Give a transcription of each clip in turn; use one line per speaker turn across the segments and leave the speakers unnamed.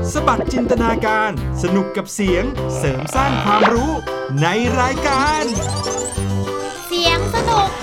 สบัดจินตนาการสนุกกับเสียงเสริมสร้างความรู้ในรายการ
เสียงสนุก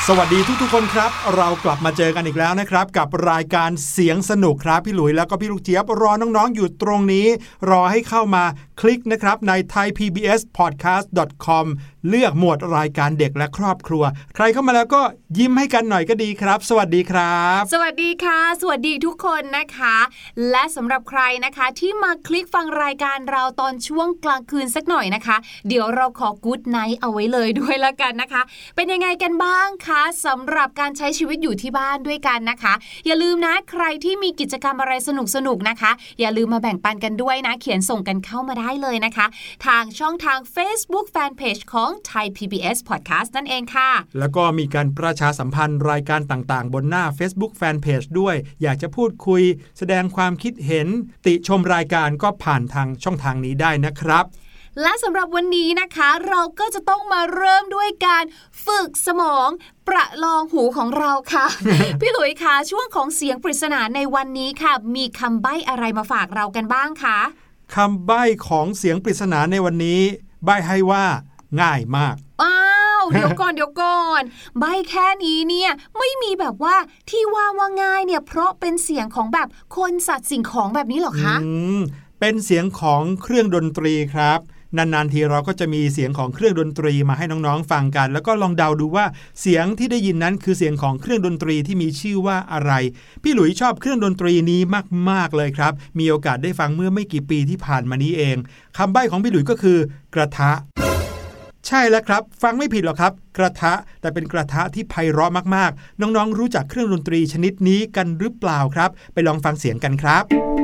สวัสดีทุกๆคนครับเรากลับมาเจอกันอีกแล้วนะครับกับรายการเสียงสนุกครับพี่หลุยแล้วก็พี่ลูกเจี๊ยบรอน้องๆอยู่ตรงนี้รอให้เข้ามาคลิกนะครับใน thaipbspodcast.com เลือกหมวดรายการเด็กและครอบครัวใครเข้ามาแล้วก็ยิ้มให้กันหน่อยก็ดีครับสวัสดีครับ
สวัสดีค่ะสวัสดีทุกคนนะคะและสำหรับใครนะคะที่มาคลิกฟังรายการเราตอนช่วงกลางคืนสักหน่อยนะคะเดี๋ยวเราขอกู๊ดไนท์เอาไว้เลยด้วยละกันนะคะเป็นยังไงกันบ้างคะสำหรับการใช้ชีวิตอยู่ที่บ้านด้วยกันนะคะอย่าลืมนะใครที่มีกิจกรรมอะไรสนุกๆนะคะอย่าลืมมาแบ่งปันกันด้วยนะเขียนส่งกันเข้ามาได้เลยนะคะทางช่องทาง Facebook Fanpage ของ Thai PBS Podcast นั่นเองค่ะ
แล้วก็มีการประชาสัมพันธ์รายการต่างๆบนหน้า Facebook Fanpage ด้วยอยากจะพูดคุยแสดงความคิดเห็นติชมรายการก็ผ่านทางช่องทางนี้ได้นะครับ
และสำหรับวันนี้นะคะเราก็จะต้องมาเริ่มด้วยการฝึกสมองประลองหูของเราค่ะ พี่หลุยคะช่วงของเสียงปริศนาในวันนี้ค่ะมีคำใบ้อะไรมาฝากเรากันบ้างคะ
คำใบ้ของเสียงปริศนาในวันนี้ใบ้ให้ว่าง่ายมาก
เดี๋ยวก่อนใบแค่นี้เนี่ยไม่มีแบบว่าที่ว่าง่ายเนี่ยเพราะเป็นเสียงของแบบคนสัตว์สิ่งของแบบนี้หรอคะ
เป็นเสียงของเครื่องดนตรีครับนานๆทีเราก็จะมีเสียงของเครื่องดนตรีมาให้น้องๆฟังกันแล้วก็ลองเดาดูว่าเสียงที่ได้ยินนั้นคือเสียงของเครื่องดนตรีที่มีชื่อว่าอะไรพี่หลุยชอบเครื่องดนตรีนี้มากๆเลยครับมีโอกาสได้ฟังเมื่อไม่กี่ปีที่ผ่านมานี้เองคำใบ้ของพี่หลุยก็คือกระทะใช่แล้วครับฟังไม่ผิดหรอกครับกระทะแต่เป็นกระทะที่ไพเราะมากๆน้องๆรู้จักเครื่องดนตรีชนิดนี้กันหรือเปล่าครับไปลองฟังเสียงกันครับ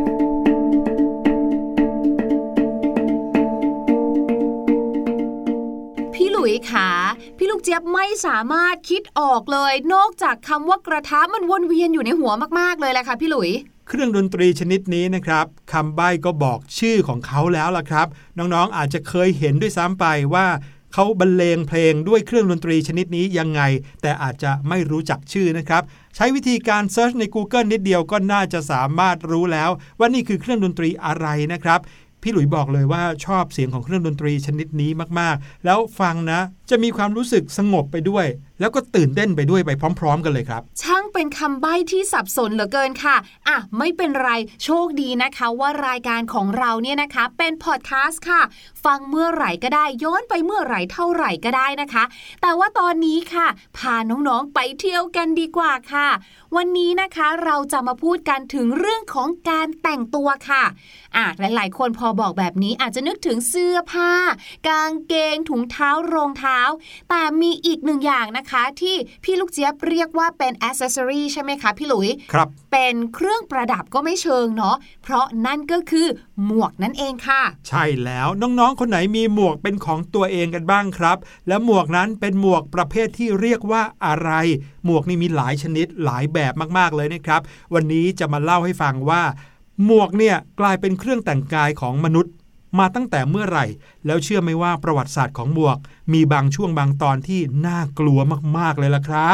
พี่หลุยค่ะพี่ลูกเจี๊ยบไม่สามารถคิดออกเลยนอกจากคำว่ากระทะมันวนเวียนอยู่ในหัวมากๆเลยแหละค่ะพี่หลุย
เครื่องดนตรีชนิดนี้นะครับคำใบ้ก็บอกชื่อของเขาแล้วล่ะครับน้องๆอาจจะเคยเห็นด้วยซ้ำไปว่าเขาบรรเลงเพลงด้วยเครื่องดนตรีชนิดนี้ยังไงแต่อาจจะไม่รู้จักชื่อนะครับใช้วิธีการเซิร์ชใน Google นิดเดียวก็น่าจะสามารถรู้แล้วว่านี่คือเครื่องดนตรีอะไรนะครับพี่หลุยบอกเลยว่าชอบเสียงของเครื่องดนตรีชนิดนี้มากๆแล้วฟังนะจะมีความรู้สึกสงบไปด้วยแล้วก็ตื่นเต้นไปด้วยไปพร้อมๆกันเลยครับ
ช่างเป็นคำใบ้ที่สับสนเหลือเกินค่ะไม่เป็นไรโชคดีนะคะว่ารายการของเราเนี่ยนะคะเป็นพอดแคสต์ค่ะฟังเมื่อไหร่ก็ได้ย้อนไปเมื่อไหร่เท่าไหร่ก็ได้นะคะแต่ว่าตอนนี้ค่ะพาน้องๆไปเที่ยวกันดีกว่าค่ะวันนี้นะคะเราจะมาพูดกันถึงเรื่องของการแต่งตัวค่ะหลายๆคนพอบอกแบบนี้อาจจะนึกถึงเสื้อผ้ากางเกงถุงเท้ารองเท้าแต่มีอีกหนึ่งอย่างนะคะที่พี่ลูกเจี๊ยบเรียกว่าเป็น accessory ใช่ไหมคะพี่หลุย
ครับ
เป็นเครื่องประดับก็ไม่เชิงเนาะเพราะนั่นก็คือหมวกนั่นเองค่ะ
ใช่แล้วน้องๆคนไหนมีหมวกเป็นของตัวเองกันบ้างครับแล้วหมวกนั้นเป็นหมวกประเภทที่เรียกว่าอะไรหมวกนี่มีหลายชนิดหลายแบบมากๆเลยนะครับวันนี้จะมาเล่าให้ฟังว่าหมวกเนี่ยกลายเป็นเครื่องแต่งกายของมนุษย์มาตั้งแต่เมื่อไหร่แล้วเชื่อไหมว่าประวัติศาสตร์ของหมวกมีบางช่วงบางตอนที่น่ากลัวมากๆเลยล่ะครับ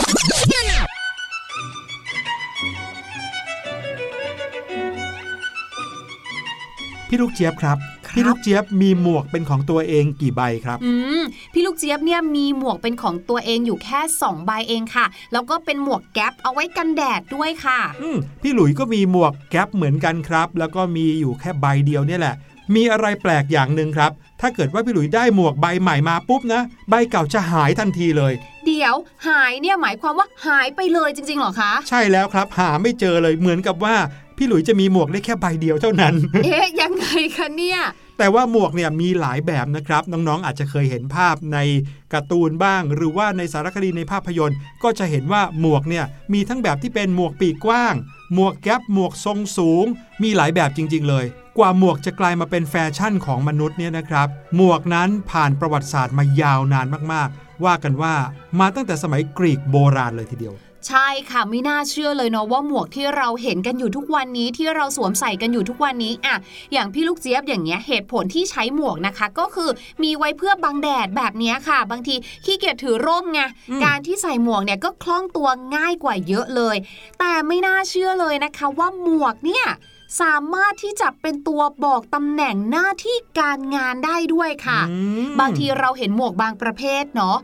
พี่ลูกเจี๊ยบครับพี่ลูกเจี๊ยบมีหมวกเป็นของตัวเองกี่ใบครับ
พี่ลูกเจี๊ยบเนี่ยมีหมวกเป็นของตัวเองอยู่แค่2ใบเองค่ะแล้วก็เป็นหมวกแก๊ปเอาไว้กันแดดด้วยค่ะ
พี่หลุยก็มีหมวกแก๊ปเหมือนกันครับแล้วก็มีอยู่แค่ใบเดียวเนี่ยแหละมีอะไรแปลกอย่างนึงครับถ้าเกิดว่าพี่หลุยได้หมวกใบใหม่มาปุ๊บนะใบเก่าจะหายทันทีเลย
เดี๋ยวหายเนี่ยหมายความว่าหายไปเลยจริงๆหรอคะ
ใช่แล้วครับหาไม่เจอเลยเหมือนกับว่าพี่หลุยจะมีหมวกได้แค่ใบเดียวเท่านั้น
ยังไงคะเนี่ย
แต่ว่าหมวกเนี่ยมีหลายแบบนะครับน้องๆอาจจะเคยเห็นภาพในการ์ตูนบ้างหรือว่าในสารคดีในภาพยนตร์ก็จะเห็นว่าหมวกเนี่ยมีทั้งแบบที่เป็นหมวกปีกกว้างหมวกแก๊ปหมวกทรงสูงมีหลายแบบจริงๆเลยกว่าหมวกจะกลายมาเป็นแฟชั่นของมนุษย์เนี่ยนะครับหมวกนั้นผ่านประวัติศาสตร์มายาวนานมากๆว่ากันว่ามาตั้งแต่สมัยกรีกโบราณเลยทีเดียว
ใช่ค่ะไม่น่าเชื่อเลยเนาะว่าหมวกที่เราเห็นกันอยู่ทุกวันนี้ที่เราสวมใส่กันอยู่ทุกวันนี้อย่างพี่ลูกเจี๊ยบอย่างเงี้ยเหตุผลที่ใช้หมวกนะคะก็คือมีไว้เพื่อบังแดดแบบนี้ค่ะบางทีขี้เกียจถือร่มไงการที่ใส่หมวกเนี่ยก็คล่องตัวง่ายกว่าเยอะเลยแต่ไม่น่าเชื่อเลยนะคะว่าหมวกเนี่ยสามารถที่จะเป็นตัวบอกตำแหน่งหน้าที่การงานได้ด้วยค่ะบางทีเราเห็นหมวกบางประเภทเนาะ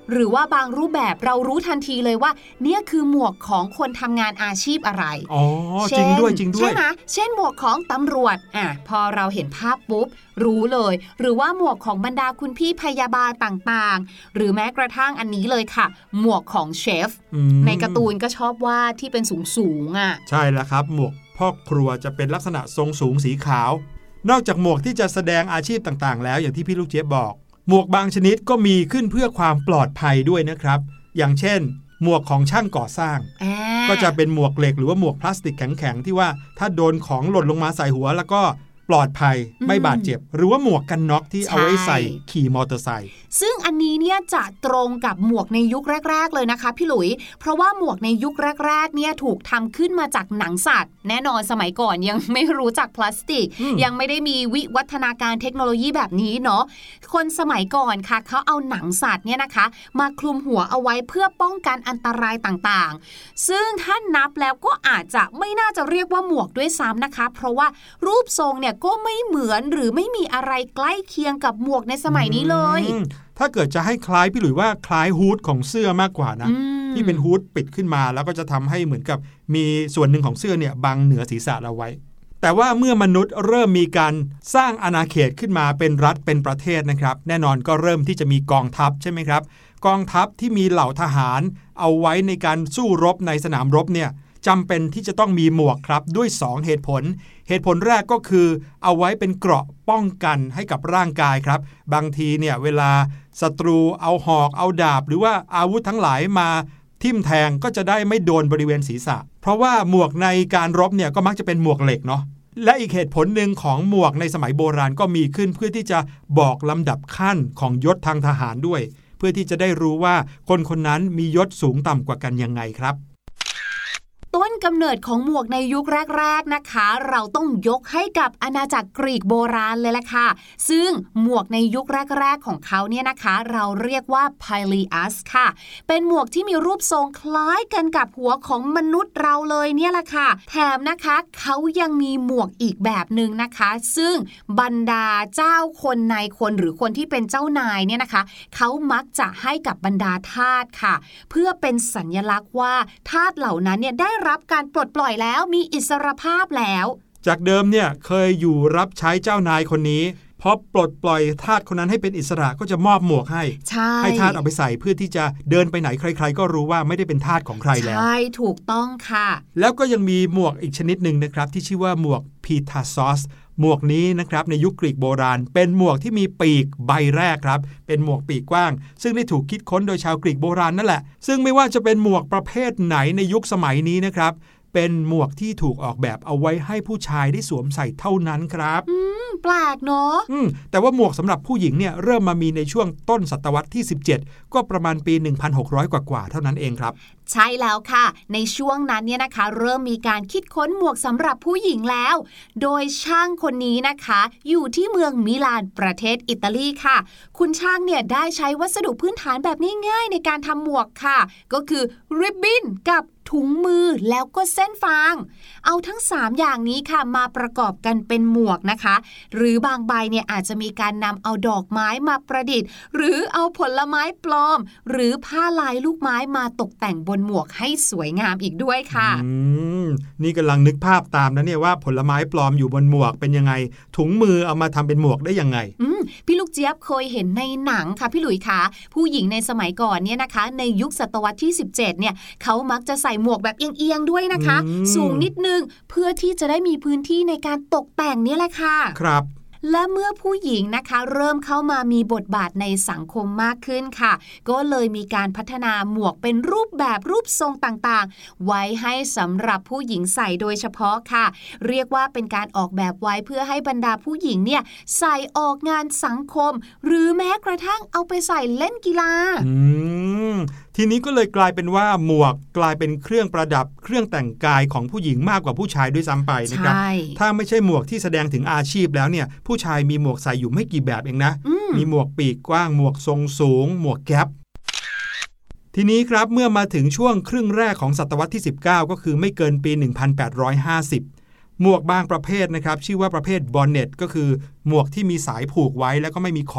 หรือว่าบางรูปแบบเรารู้ทันทีเลยว่าเนี่ยคือหมวกของคนทำงานอาชีพอะไร
อ๋อจริงด้วยใช่
ไหมเช่นหมวกของตำรวจพอเราเห็นภาพปุ๊บรู้เลยหรือว่าหมวกของบรรดาคุณพี่พยาบาลต่างๆหรือแม้กระทั่งอันนี้เลยค่ะหมวกของเชฟในการ์ตูนก็ชอบวาดที่เป็นสูง
ใช่แล้วครับหมวกพ่อครัวจะเป็นลักษณะทรงสูงสีขาวนอกจากหมวกที่จะแสดงอาชีพต่างๆแล้วอย่างที่พี่ลูกเจี๊ยบบอกหมวกบางชนิดก็มีขึ้นเพื่อความปลอดภัยด้วยนะครับอย่างเช่นหมวกของช่างก่อสร้างก็จะเป็นหมวกเหล็กหรือว่าหมวกพลาสติกแข็งๆที่ว่าถ้าโดนของหล่นลงมาใส่หัวแล้วก็ปลอดภัยไม่บาดเจ็บหรือว่าหมวกกันน็อกที่เอาไว้ใส่ขี่มอเตอร์ไซค์
ซึ่งอันนี้เนี่ยจะตรงกับหมวกในยุคแรกๆเลยนะคะพี่หลุยเพราะว่าหมวกในยุคแรกๆเนี่ยถูกทำขึ้นมาจากหนังสัตว์แน่นอนสมัยก่อนยังไม่รู้จักพลาสติกยังไม่ได้มีวิวัฒนาการเทคโนโลยีแบบนี้เนาะคนสมัยก่อนค่ะเขาเอาหนังสัตว์เนี่ยนะคะมาคลุมหัวเอาไว้เพื่อป้องกันอันตรายต่างๆซึ่งถ้านับแล้วก็อาจจะไม่น่าจะเรียกว่าหมวกด้วยซ้ำนะคะเพราะว่ารูปทรงเนี่ยก็ไม่เหมือนหรือไม่มีอะไรใกล้เคียงกับหมวกในสมัยนี้เลย
ถ้าเกิดจะให้คล้ายพี่หลุยว่าคล้ายฮู้ดของเสื้อมากกว่านะที่เป็นฮู้ดปิดขึ้นมาแล้วก็จะทำให้เหมือนกับมีส่วนหนึ่งของเสื้อเนี่ยบังเหนือศีรษะเราไว้แต่ว่าเมื่อมนุษย์เริ่มมีการสร้างอาณาเขตขึ้นมาเป็นรัฐเป็นประเทศนะครับแน่นอนก็เริ่มที่จะมีกองทัพใช่ไหมครับกองทัพที่มีเหล่าทหารเอาไว้ในการสู้รบในสนามรบเนี่ยจำเป็นที่จะต้องมีหมวกครับด้วย2เหตุผลแรกก็คือเอาไว้เป็นเกราะป้องกันให้กับร่างกายครับบางทีเนี่ยเวลาศัตรูเอาหอกเอาดาบหรือว่าอาวุธทั้งหลายมาทิ่มแทงก็จะได้ไม่โดนบริเวณศีรษะเพราะว่าหมวกในการรบเนี่ยก็มักจะเป็นหมวกเหล็กเนาะและอีกเหตุผลหนึ่งของหมวกในสมัยโบราณก็มีขึ้นเพื่อที่จะบอกลำดับขั้นของยศทางทหารด้วยเพื่อที่จะได้รู้ว่าคนคนนั้นมียศสูงต่ำกว่ากันยังไงครับ
ต้นกำเนิดของหมวกในยุคแรกๆนะคะเราต้องยกให้กับอาณาจักรกรีกโบราณเลยล่ะค่ะซึ่งหมวกในยุคแรกๆของเขาเนี่ยนะคะเราเรียกว่า Pylias ค่ะเป็นหมวกที่มีรูปทรงคล้ายกันกับหัวของมนุษย์เราเลยเนี่ยแหละค่ะแถมนะคะเขายังมีหมวกอีกแบบนึงนะคะซึ่งบรรดาเจ้าคนนายคนหรือคนที่เป็นเจ้านายเนี่ยนะคะเขามักจะให้กับบรรดาทาสค่ะเพื่อเป็นสัญลักษณ์ว่าทาสเหล่านั้นเนี่ยได้รับการปลดปล่อยแล้วมีอิสรภาพแล้ว
จากเดิมเนี่ยเคยอยู่รับใช้เจ้านายคนนี้พอปลดปล่อยทาสคนนั้นให้เป็นอิสระก็จะมอบหมวกให้ทาสเอาไปใส่เพื่อที่จะเดินไปไหนใครๆก็รู้ว่าไม่ได้เป็นทาสของใครแล้ว
ใช่ถูกต้องค่ะ
แล้วก็ยังมีหมวกอีกชนิดหนึ่งนะครับที่ชื่อว่าหมวกพีทาซอสหมวกนี้นะครับในยุคกรีกโบราณเป็นหมวกที่มีปีกใบแรกครับเป็นหมวกปีกกว้างซึ่งได้ถูกคิดค้นโดยชาวกรีกโบราณนั่นแหละซึ่งไม่ว่าจะเป็นหมวกประเภทไหนในยุคสมัยนี้นะครับเป็นหมวกที่ถูกออกแบบเอาไว้ให้ผู้ชายได้สวมใส่เท่านั้นครับ
แปลกเนาะ
แต่ว่าหมวกสำหรับผู้หญิงเนี่ยเริ่มมามีในช่วงต้นศตวรรษที่17ก็ประมาณปี 1,600 กว่าเท่านั้นเองครับ
ใช่แล้วค่ะในช่วงนั้นเนี่ยนะคะเริ่มมีการคิดค้นหมวกสำหรับผู้หญิงแล้วโดยช่างคนนี้นะคะอยู่ที่เมืองมิลานประเทศอิตาลีค่ะคุณช่างเนี่ยได้ใช้วัสดุพื้นฐานแบบง่ายๆในการทำหมวกค่ะก็คือริบบิ้นกับถุงมือแล้วก็เส้นฟางเอาทั้ง3อย่างนี้ค่ะมาประกอบกันเป็นหมวกนะคะหรือบางใบเนี่ยอาจจะมีการนำเอาดอกไม้มาประดิษฐ์หรือเอาผลไม้ปลอมหรือผ้าลายลูกไม้มาตกแต่งบนหมวกให้สวยงามอีกด้วยค่ะ
นี่กำลังนึกภาพตามนะเนี่ยว่าผลไม้ปลอมอยู่บนหมวกเป็นยังไงถุงมือเอามาทำเป็นหมวกได้ยังไง
พี่ลูกเจี๊ยบเคยเห็นในหนังค่ะพี่หลุยค่ะผู้หญิงในสมัยก่อนเนี่ยนะคะในยุคศตวรรษที่17เนี่ยเขามักจะใส่หมวกแบบเอียงๆด้วยนะคะสูงนิดนึงเพื่อที่จะได้มีพื้นที่ในการตกแต่งนี่แหละค่ะ
ครับ
และเมื่อผู้หญิงนะคะเริ่มเข้ามามีบทบาทในสังคมมากขึ้นค่ะก็เลยมีการพัฒนาหมวกเป็นรูปแบบรูปทรงต่างๆไว้ให้สำหรับผู้หญิงใส่โดยเฉพาะค่ะเรียกว่าเป็นการออกแบบไว้เพื่อให้บรรดาผู้หญิงเนี่ยใส่ออกงานสังคมหรือแม้กระทั่งเอาไปใส่เล่นกีฬา
ทีนี้ก็เลยกลายเป็นว่าหมวกกลายเป็นเครื่องประดับเครื่องแต่งกายของผู้หญิงมากกว่าผู้ชายด้วยซ้ำไปนะครับถ้าไม่ใช่หมวกที่แสดงถึงอาชีพแล้วเนี่ยผู้ชายมีหมวกใส่อยู่ไม่กี่แบบเองนะมีหมวกปีกกว้างหมวกทรงสูงหมวกแก๊ปทีนี้ครับเมื่อมาถึงช่วงครึ่งแรกของศตวรรษที่19ก็คือไม่เกินปี 1850หมวกบางประเภทนะครับชื่อว่าประเภทบอนเน็ตก็คือหมวกที่มีสายผูกไว้แล้วก็ไม่มีขอบ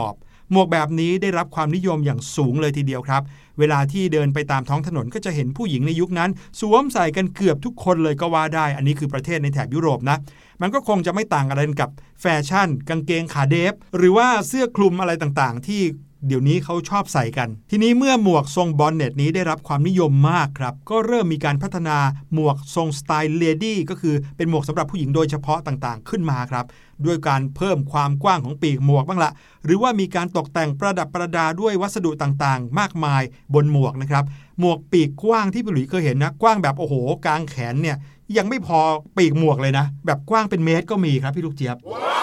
หมวกแบบนี้ได้รับความนิยมอย่างสูงเลยทีเดียวครับเวลาที่เดินไปตามท้องถนนก็จะเห็นผู้หญิงในยุคนั้นสวมใส่กันเกือบทุกคนเลยก็ว่าได้อันนี้คือประเทศในแถบยุโรปนะมันก็คงจะไม่ต่างอะไรกับแฟชั่นกางเกงขาเดฟหรือว่าเสื้อคลุมอะไรต่างๆที่เดี๋ยวนี้เขาชอบใส่กันทีนี้เมื่อหมวกทรงบอนเน็ตนี้ได้รับความนิยมมากครับก็เริ่มมีการพัฒนาหมวกทรงสไตล์เลดี้ก็คือเป็นหมวกสำหรับผู้หญิงโดยเฉพาะต่างๆขึ้นมาครับด้วยการเพิ่มความกว้างของปีกหมวกบ้างละหรือว่ามีการตกแต่งประดับประดาด้วยวัสดุต่างๆมากมายบนหมวกนะครับหมวกปีกกว้างที่พี่หลุยเคยเห็นนะกว้างแบบโอ้โหกลางแขนเนี่ยยังไม่พอปีกหมวกเลยนะแบบกว้างเป็นเมตรก็มีครับพี่ลูกเจี๊ยบ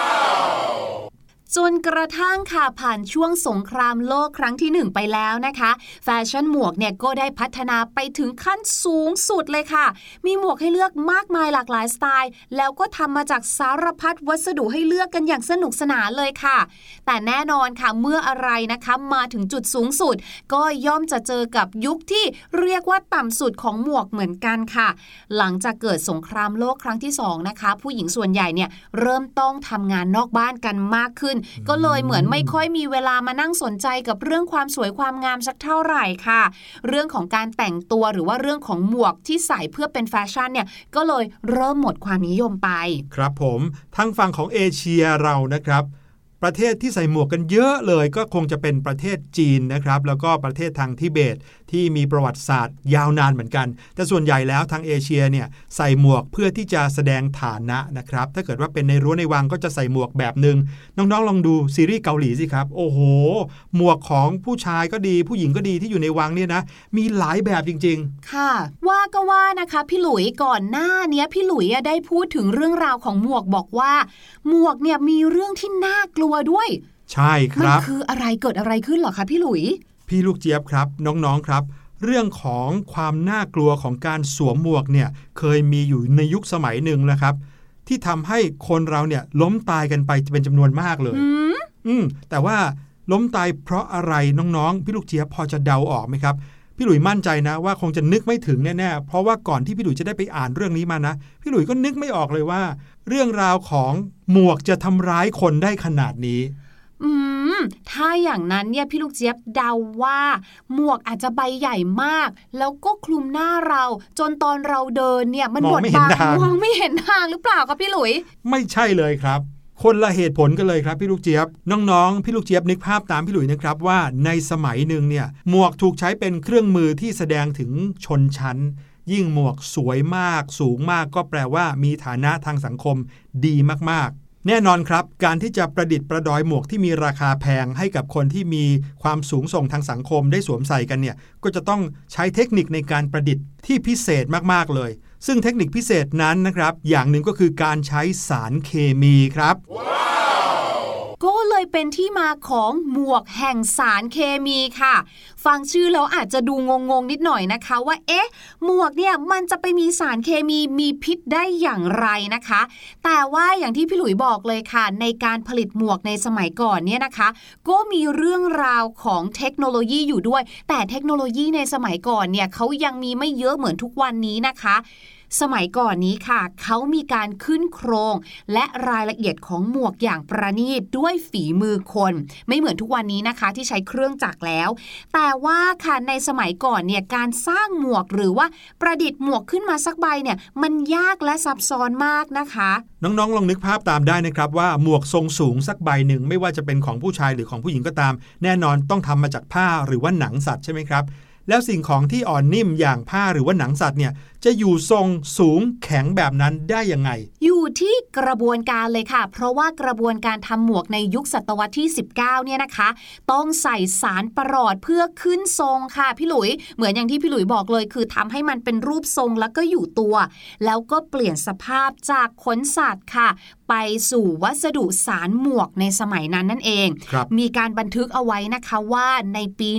จนกระทั่งค่ะผ่านช่วงสงครามโลกครั้งที่1ไปแล้วนะคะแฟชั่นหมวกเนี่ยก็ได้พัฒนาไปถึงขั้นสูงสุดเลยค่ะมีหมวกให้เลือกมากมายหลากหลายสไตล์แล้วก็ทำมาจากสารพัดวัสดุให้เลือกกันอย่างสนุกสนานเลยค่ะแต่แน่นอนค่ะเมื่ออะไรนะคะมาถึงจุดสูงสุดก็ย่อมจะเจอกับยุคที่เรียกว่าต่ำสุดของหมวกเหมือนกันค่ะหลังจากเกิดสงครามโลกครั้งที่2นะคะผู้หญิงส่วนใหญ่เนี่ยเริ่มต้องทำงานนอกบ้านกันมากขึ้นก็เลยเหมือนไม่ค่อยมีเวลามานั่งสนใจกับเรื่องความสวยความงามสักเท่าไหร่ค่ะเรื่องของการแต่งตัวหรือว่าเรื่องของหมวกที่ใส่เพื่อเป็นแฟชั่นเนี่ยก็เลยเริ่มหมดความนิยมไป
ครับผมทั้งฝั่งของเอเชียเรานะครับประเทศที่ใส่หมวกกันเยอะเลยก็คงจะเป็นประเทศจีนนะครับแล้วก็ประเทศทางทิเบตที่มีประวัติศาสตร์ยาวนานเหมือนกันแต่ส่วนใหญ่แล้วทางเอเชียเนี่ยใส่หมวกเพื่อที่จะแสดงฐานะนะครับถ้าเกิดว่าเป็นในรั้วในวังก็จะใส่หมวกแบบนึงน้องๆลองดูซีรีส์เกาหลีสิครับโอ้โหหมวกของผู้ชายก็ดีผู้หญิงก็ดีที่อยู่ในวังเนี่ยนะมีหลายแบบจริง
ๆค่ะว่าก็ว่านะคะพี่หลุยก่อนหน้านี้พี่หลุยได้พูดถึงเรื่องราวของหมวกบอกว่าหมวกเนี่ยมีเรื่องที่น่ากลัวด้วย
ใช่ครับ
มันคืออะไรเกิดอะไรขึ้นเหรอคะพี่หลุย
พี่ลูกเจี๊ยบครับน้องๆครับเรื่องของความน่ากลัวของการสวมหมวกเนี่ยเคยมีอยู่ในยุคสมัยหนึ่งนะครับที่ทำให้คนเราเนี่ยล้มตายกันไปเป็นจำนวนมากเลยแต่ว่าล้มตายเพราะอะไรน้องๆพี่ลูกเจี๊ยบพอจะเดาออกไหมครับพี่หลุยมั่นใจนะว่าคงจะนึกไม่ถึงแน่ๆเพราะว่าก่อนที่พี่หลุยจะได้ไปอ่านเรื่องนี้มานะพี่หลุยก็นึกไม่ออกเลยว่าเรื่องราวของหมวกจะทำร้ายคนได้ขนาดนี้
ถ้าอย่างนั้นเนี่ยพี่ลูกเจี๊ยบเดาว่าหมวกอาจจะใบใหญ่มากแล้วก็คลุมหน้าเราจนตอนเราเดินเนี่ยมันบดบังมองไม่เห็นทางหรือเปล่าครับพี่หลุย
ไม่ใช่เลยครับคนละเหตุผลกันเลยครับพี่ลูกเจี๊ยบน้องๆพี่ลูกเจี๊ยบนึกภาพตามพี่หลุยนะครับว่าในสมัยหนึ่งเนี่ยหมวกถูกใช้เป็นเครื่องมือที่แสดงถึงชนชั้นยิ่งหมวกสวยมากสูงมากก็แปลว่ามีฐานะทางสังคมดีมากๆแน่นอนครับการที่จะประดิษฐ์ประดอยหมวกที่มีราคาแพงให้กับคนที่มีความสูงส่งทางสังคมได้สวมใส่กันเนี่ยก็จะต้องใช้เทคนิคในการประดิษฐ์ที่พิเศษมากๆเลยซึ่งเทคนิคพิเศษนั้นนะครับอย่างหนึ่งก็คือการใช้สารเคมีครับ
ก็เลยเป็นที่มาของหมวกแห่งสารเคมีค่ะฟังชื่อแล้วอาจจะดูงงๆนิดหน่อยนะคะว่าหมวกเนี่ยมันจะไปมีสารเคมีมีพิษได้อย่างไรนะคะแต่ว่าอย่างที่พี่หลุยบอกเลยค่ะในการผลิตหมวกในสมัยก่อนเนี่ยนะคะก็มีเรื่องราวของเทคโนโลยีอยู่ด้วยแต่เทคโนโลยีในสมัยก่อนเนี่ยเขายังมีไม่เยอะเหมือนทุกวันนี้นะคะสมัยก่อนนี้ค่ะเขามีการขึ้นโครงและรายละเอียดของหมวกอย่างประณีตด้วยฝีมือคนไม่เหมือนทุกวันนี้นะคะที่ใช้เครื่องจักรแล้วแต่ว่าค่ะในสมัยก่อนเนี่ยการสร้างหมวกหรือว่าประดิษฐ์หมวกขึ้นมาสักใบเนี่ยมันยากและซับซ้อนมากนะคะ
น้องๆลองนึกภาพตามได้นะครับว่าหมวกทรงสูงสักใบหนึ่งไม่ว่าจะเป็นของผู้ชายหรือของผู้หญิงก็ตามแน่นอนต้องทำมาจากผ้าหรือว่าหนังสัตว์ใช่ไหมครับแล้วสิ่งของที่อ่อนนิ่มอย่างผ้าหรือว่าหนังสัตว์เนี่ยจะอยู่ทรงสูงแข็งแบบนั้นได้ยังไง
อยู่ที่กระบวนการเลยค่ะเพราะว่ากระบวนการทำหมวกในยุคศตวรรษที่19เนี่ยนะคะต้องใส่สารประหลอดเพื่อขึ้นทรงค่ะพี่หลุยเหมือนอย่างที่พี่หลุยบอกเลยคือทำให้มันเป็นรูปทรงแล้วก็อยู่ตัวแล้วก็เปลี่ยนสภาพจากขนสัตว์ค่ะไปสู่วัสดุสารหมวกในสมัยนั้นนั่นเองมีการบันทึกเอาไว้นะคะว่าในปี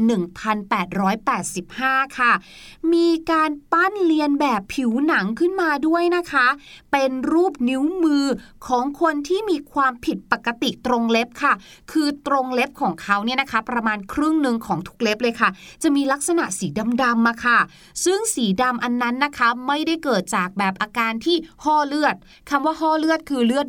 1885ค่ะมีการปั้นเลียนแบบผิวหนังขึ้นมาด้วยนะคะเป็นรูปนิ้วมือของคนที่มีความผิดปกติตรงเล็บค่ะคือตรงเล็บของเขาเนี่ยนะคะประมาณครึ่งนึงของทุกเล็บเลยค่ะจะมีลักษณะสีดำๆมาค่ะซึ่งสีดำอันนั้นนะคะไม่ได้เกิดจากแบบอาการที่ห่อเลือดคำว่าห่อเลือดคือเลือดไม่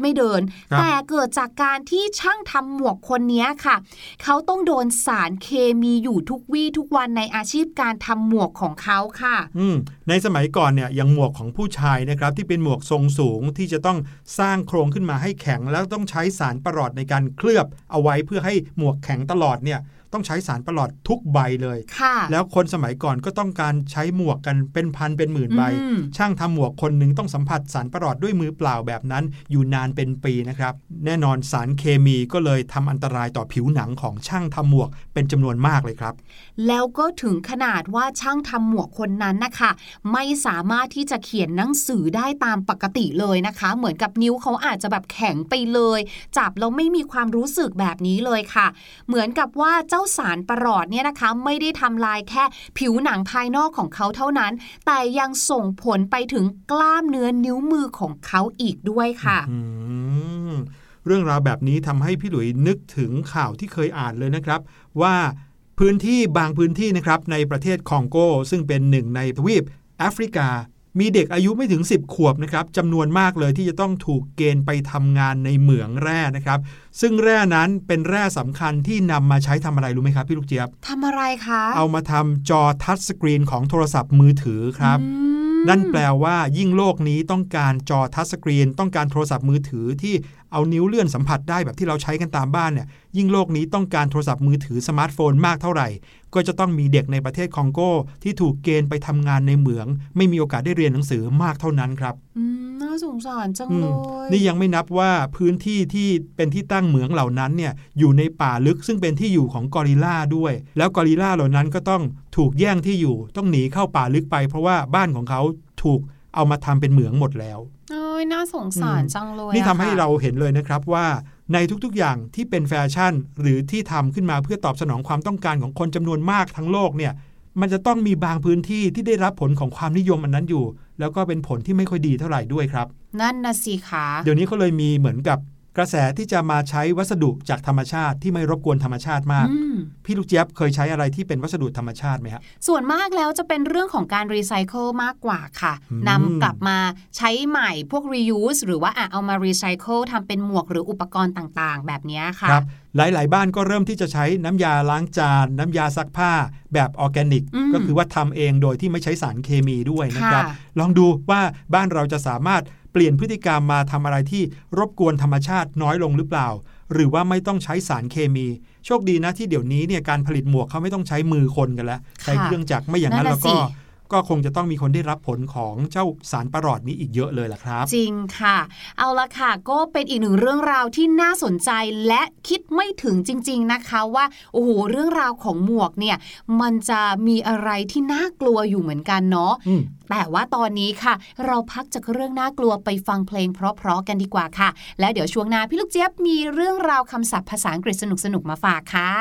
ไม่เดินแต่เกิดจากการที่ช่างทำหมวกคนนี้ค่ะเขาต้องโดนสารเคมีอยู่ทุกวี่ทุกวันในอาชีพการทำหมวกของเขาค่ะ
ในสมัยก่อนเนี่ยอย่างหมวกของผู้ชายนะครับที่เป็นหมวกทรงสูงที่จะต้องสร้างโครงขึ้นมาให้แข็งแล้วต้องใช้สารประหลอดในการเคลือบเอาไว้เพื่อให้หมวกแข็งตลอดเนี่ยต้องใช้สารประหลอดทุกใบเลยแล้วคนสมัยก่อนก็ต้องการใช้หมวกกันเป็นพันเป็นหมื่นใบช่างทำหมวกคนหนึ่งต้องสัมผัสสารประหลอดด้วยมือเปล่าแบบนั้นอยู่นานเป็นปีนะครับแน่นอนสารเคมีก็เลยทำอันตรายต่อผิวหนังของช่างทำหมวกเป็นจำนวนมากเลยครับ
แล้วก็ถึงขนาดว่าช่างทำหมวกคนนั้นนะคะไม่สามารถที่จะเขียนหนังสือได้ตามปกติเลยนะคะเหมือนกับนิ้วเขาอาจจะแบบแข็งไปเลยจับแล้วไม่มีความรู้สึกแบบนี้เลยค่ะเหมือนกับว่าเจ้าสารประหลอดเนี่ยนะคะไม่ได้ทำลายแค่ผิวหนังภายนอกของเขาเท่านั้นแต่ยังส่งผลไปถึงกล้ามเนื้อนิ้วมือของเขาอีกด้วยค่ะ
เรื่องราวแบบนี้ทำให้พี่หลุยนึกถึงข่าวที่เคยอ่านเลยนะครับว่าพื้นที่บางพื้นที่นะครับในประเทศคองโกซึ่งเป็นหนึ่งในทวีปแอฟริกามีเด็กอายุไม่ถึง10ขวบนะครับจำนวนมากเลยที่จะต้องถูกเกณฑ์ไปทำงานในเหมืองแร่นะครับซึ่งแร่นั้นเป็นแร่สำคัญที่นำมาใช้ทำอะไรรู้ไหมครับพี่ลูกเจี๊ยบ
ทำอะไรคะ
เอามาทำจอทัชสกรีนของโทรศัพท์มือถือครับนั่นแปลว่ายิ่งโลกนี้ต้องการจอทัชสกรีนต้องการโทรศัพท์มือถือที่เอานิ้วเลื่อนสัมผัสได้แบบที่เราใช้กันตามบ้านเนี่ยยิ่งโลกนี้ต้องการโทรศัพท์มือถือสมาร์ทโฟนมากเท่าไหร่ก็จะต้องมีเด็กในประเทศคองโกที่ถูกเกณฑ์ไปทำงานในเหมืองไม่มีโอกาสได้เรียนหนังสือมากเท่านั้นครับ
น่าสงสารจังเลย
นี่ยังไม่นับว่าพื้นที่ที่เป็นที่ตั้งเหมืองเหล่านั้นเนี่ยอยู่ในป่าลึกซึ่งเป็นที่อยู่ของกอริลลาด้วยแล้วกอริลลาเหล่านั้นก็ต้องถูกแย่งที่อยู่ต้องหนีเข้าป่าลึกไปเพราะว่าบ้านของเขาถูกเอามาทำเป็นเหมืองหมดแล้ว
น่าสงสารจังเลย
นี่ทำให้เราเห็นเลยนะครับว่าในทุกๆอย่างที่เป็นแฟชั่นหรือที่ทำขึ้นมาเพื่อตอบสนองความต้องการของคนจำนวนมากทั้งโลกเนี่ยมันจะต้องมีบางพื้นที่ที่ได้รับผลของความนิยมอันนั้นอยู่แล้วก็เป็นผลที่ไม่ค่อยดีเท่าไหร่ด้วยครับ
นั่นน่ะสิคะ
เดี๋ยวนี้เขาเลยมีเหมือนกับกระแสที่จะมาใช้วัสดุจากธรรมชาติที่ไม่รบกวนธรรมชาติมากพี่ลูกเจี๊ยบเคยใช้อะไรที่เป็นวัสดุธรรมชาติไหมครับ
ส่วนมากแล้วจะเป็นเรื่องของการรีไซเคิลมากกว่าค่ะนำกลับมาใช้ใหม่พวก reuse หรือว่าเอามารีไซเคิลทำเป็นหมวกหรืออุปกรณ์ต่างๆแบบนี้ค่ะ
ครับหลายๆบ้านก็เริ่มที่จะใช้น้ำยาล้างจานน้ำยาซักผ้าแบบออร์แกนิกก็คือว่าทำเองโดยที่ไม่ใช้สารเคมีด้วยนะครับลองดูว่าบ้านเราจะสามารถเปลี่ยนพฤติกรรมมาทำอะไรที่รบกวนธรรมชาติน้อยลงหรือเปล่าหรือว่าไม่ต้องใช้สารเคมีโชคดีนะที่เดี๋ยวนี้เนี่ยการผลิตหมวกเขาไม่ต้องใช้มือคนกันแล้วใช้เครื่องจักรไม่อย่างนั้นแล้วก็คงจะต้องมีคนได้รับผลของเจ้าสารประหลอดนี้อีกเยอะเลยล่ะครับ
จริงค่ะเอาละค่ะก็เป็นอีกหนึ่งเรื่องราวที่น่าสนใจและคิดไม่ถึงจริงๆนะคะว่าโอ้โหเรื่องราวของหมวกเนี่ยมันจะมีอะไรที่น่ากลัวอยู่เหมือนกันเนาะแต่ว่าตอนนี้ค่ะเราพักจากเรื่องน่ากลัวไปฟังเพลงเพราะๆกันดีกว่าค่ะแล้วเดี๋ยวช่วงหน้าพี่ลูกเจี๊ยบมีเรื่องราวคำศัพท์ภาษาอังกฤษสนุกๆมาฝากค่ะ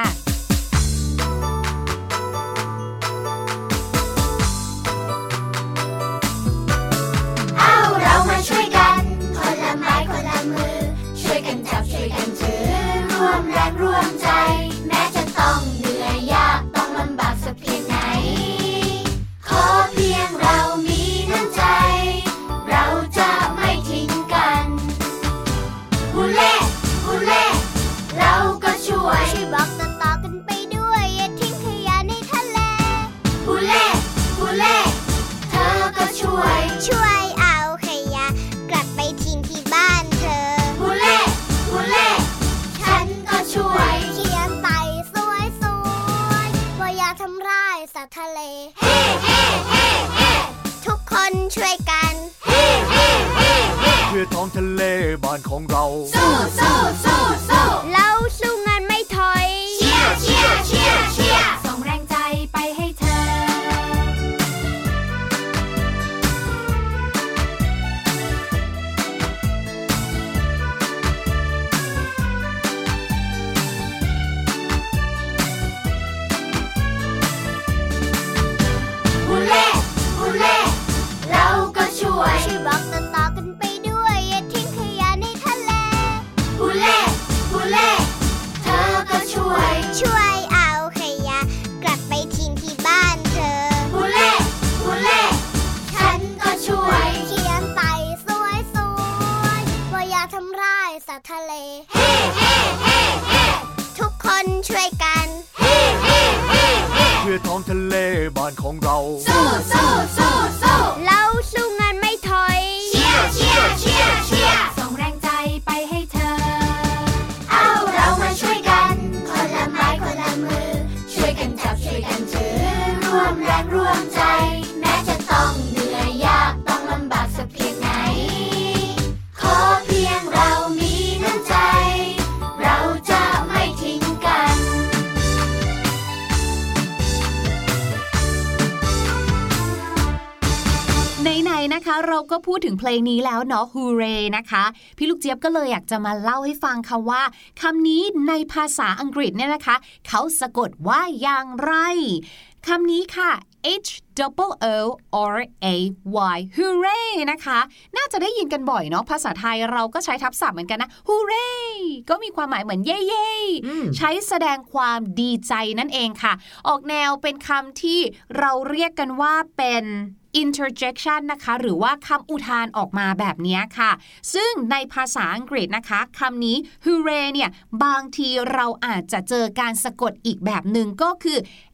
ช่วยกันคนละไม้คนละมือช่วยกันจับช่วยกันถือร่วมแรงร่วมใจแม้จะต้องเหนื่อยยากต้องลำบากสักเพียงไหนขอเพียงเรามีน้ำใจเราจะไม่ทิ้งกันฮูเล่ฮูเล่เราก็ช่วยบอกต่อๆกันไปด้วยอย่าทิ้งขยะในทะเลฮูเล่ฮูเล่เธอก็ช่วยทะเลเฮ้เฮ้เฮ้เฮ้ทุกคนช่วยกันเฮ้เฮ้เฮ้เฮ้
เพื่อท้องทะเลบ้านของเรา
สู้สู้สู้สู้เราสู้งานไม่ถอยเชียร์เชียร์เชียร์เชียร์ส่งแรงใจไปให้เธอช่วยบอกต่อๆกันไปด้วยอย่าทิ้งขยะในทะเลฮูเล่ฮูเล่
ทะเลเฮ้เฮ้เฮ้เฮ้ทุกคนช่วยกันเฮ้เฮ้เฮ้เฮ้
เพื่อท้องทะเลบ้านของเรา
สู้สู้สู้สู้
เราสู้งานไม่ถอย
เชียร์เชียร์เชียร์เชียร์ส่งแรงใจไปให้เธอเอาเรามาช่วยกันคนละไม้คนละมือช่วยกันจับช่วยกันถือร่วมแรงร่วมใจแม้จะต้องเหนื่อยยากต้องลำบากสักเพียงไหนขอเพียงเรามีน้ำใจเราจะไม่ทิ้งกันไหนๆนะคะเราก็พูดถึงเพลงนี้แล้วเนาะ Hooray นะคะพี่ลูกเจี๊ยบก็เลยอยากจะมาเล่าให้ฟังค่ะว่าคำนี้ในภาษาอังกฤษเนี่ยนะคะเขาสะกดว่าอย่างไรคำนี้ค่ะ H-O-O-R-A-Y Hooray นะคะน่าจะได้ยินกันบ่อยเนาะภาษาไทยเราก็ใช้ทับศัพท์เหมือนกันนะ Hooray ก็มีความหมายเหมือนเย่ ใช้แสดงความดีใจนั่นเองค่ะออกแนวเป็นคำที่เราเรียกกันว่าเป็น interjection นะคะหรือว่าคำอุทานออกมาแบบนี้ค่ะซึ่งในภาษาอังกฤษนะคะคำนี้ Hooray เนี่ยบางทีเราอาจจะเจอการสะกดอีกแบบหนึ่งก็คือ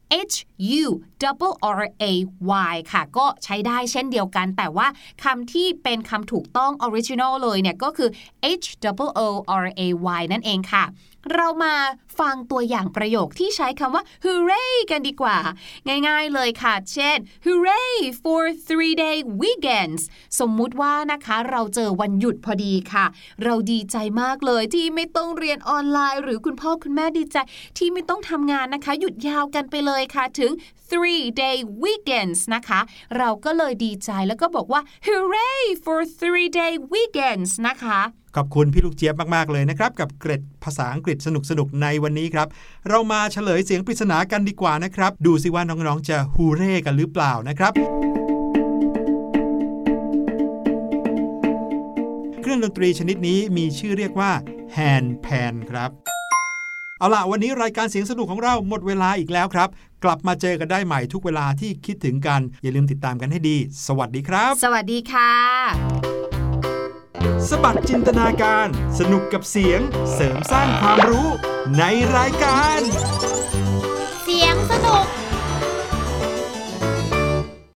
H-U-R-R-A-Y ค่ะก็ใช้ได้เช่นเดียวกันแต่ว่าคำที่เป็นคำถูกต้อง original เลยเนี่ยก็คือ H-O-O-R-A-Y นั่นเองค่ะเรามาฟังตัวอย่างประโยคที่ใช้คำว่า Hooray กันดีกว่าง่ายๆเลยค่ะเช่น Hooray for 3-day weekends สมมุติว่านะคะเราเจอวันหยุดพอดีค่ะเราดีใจมากเลยที่ไม่ต้องเรียนออนไลน์หรือคุณพ่อคุณแม่ดีใจที่ไม่ต้องทำงานนะคะหยุดยาวกันไปเลยค่ะถึง 3-day weekends นะคะเราก็เลยดีใจแล้วก็บอกว่า Hooray for 3-day weekends นะคะ
ขอบคุณพี่ลูกเจี๊ยบมากๆเลยนะครับกับเกร็ดภาษาอังกฤษสนุกๆในวันนี้ครับเรามาเฉลยเสียงปริศนากันดีกว่านะครับดูสิว่าน้องๆจะฮูเร่กันหรือเปล่านะครับเครื่องดนตรีชนิดนี้มีชื่อเรียกว่าแฮนด์แพนครับเอาล่ะวันนี้รายการเสียงสนุกของเราหมดเวลาอีกแล้วครับกลับมาเจอกันได้ใหม่ทุกเวลาที่คิดถึงกันอย่าลืมติดตามกันให้ดีสวัสดีครับ
สวัสดีค่ะ
สบัดจินตนาการสนุกกับเสียงเสริมสร้างความรู้ในรายการ
เสียงสนุก